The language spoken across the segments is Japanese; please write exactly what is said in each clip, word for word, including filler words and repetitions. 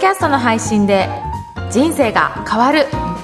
ャストの配信で人生が変わる。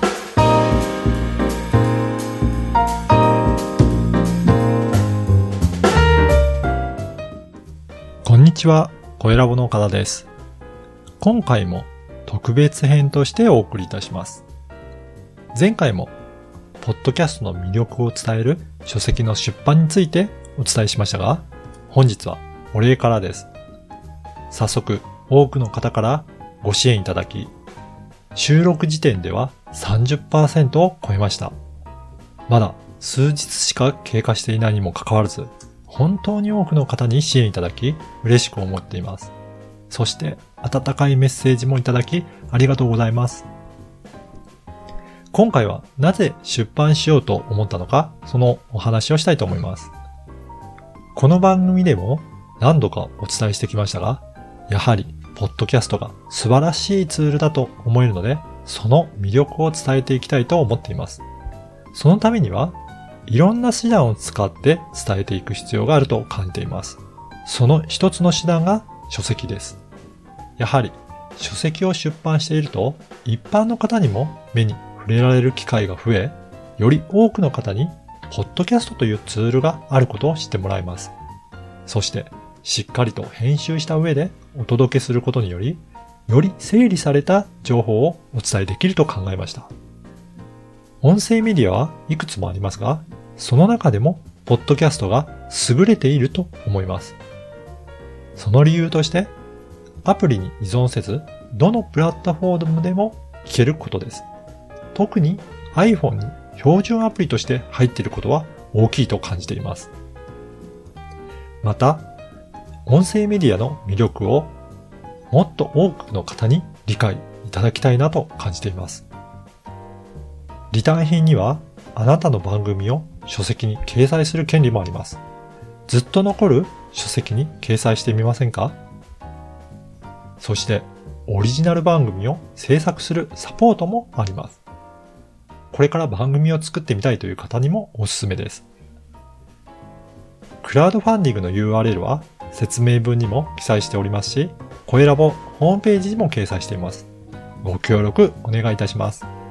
こんにちは、声ラボの岡田です。今回も特別編としてお送りいたします。前回もポッドキャストの魅力を伝える書籍の出版についてお伝えしましたが、本日はお礼からです。早速多くの方からご支援いただき、収録時点では さんじゅっパーセント を超えました。まだ数日しか経過していないにもかかわらず、本当に多くの方に支援いただき嬉しく思っています。そして温かいメッセージもいただきありがとうございます。今回はなぜ出版しようと思ったのか、そのお話をしたいと思います。この番組でも何度かお伝えしてきましたが、やはりポッドキャストが素晴らしいツールだと思えるので、その魅力を伝えていきたいと思っています。そのためにはいろんな手段を使って伝えていく必要があると感じています。その一つの手段が書籍です。やはり書籍を出版していると一般の方にも目に触れられる機会が増え、より多くの方にポッドキャストというツールがあることを知ってもらいます。そしてしっかりと編集した上でお届けすることにより、より整理された情報をお伝えできると考えました。音声メディアはいくつもありますが、その中でもポッドキャストが優れていると思います。その理由として、アプリに依存せず、どのプラットフォームでも聞けることです。特に iPhone に標準アプリとして入っていることは大きいと感じています。また、音声メディアの魅力をもっと多くの方に理解いただきたいなと感じています。リターン品にはあなたの番組を書籍に掲載する権利もあります。ずっと残る書籍に掲載してみませんか？そしてオリジナル番組を制作するサポートもあります。これから番組を作ってみたいという方にもおすすめです。クラウドファンディングの ユーアールエル は説明文にも記載しておりますし、声ラボホームページにも掲載しています。ご協力お願いいたします。